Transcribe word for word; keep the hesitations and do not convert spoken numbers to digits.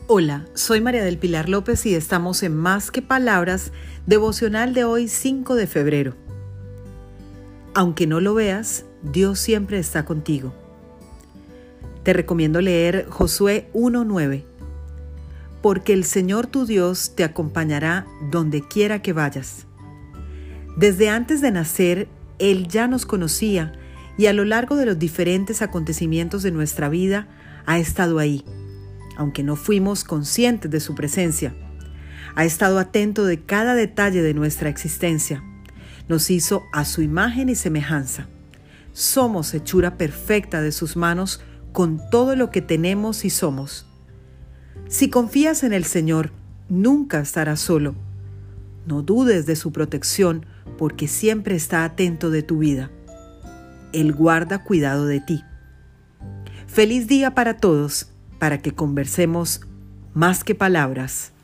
Hola, soy María del Pilar López y estamos en Más que Palabras, devocional de hoy cinco de febrero. Aunque no lo veas, Dios siempre está contigo. Te recomiendo leer Josué uno nueve. Porque el Señor tu Dios te acompañará donde quiera que vayas. Desde antes de nacer, Él ya nos conocía y a lo largo de los diferentes acontecimientos de nuestra vida ha estado ahí. Aunque no fuimos conscientes de su presencia. Ha estado atento de cada detalle de nuestra existencia. Nos hizo a su imagen y semejanza. Somos hechura perfecta de sus manos con todo lo que tenemos y somos. Si confías en el Señor, nunca estarás solo. No dudes de su protección, porque siempre está atento de tu vida. Él guarda cuidado de ti. Feliz día para todos. Para que conversemos más que palabras.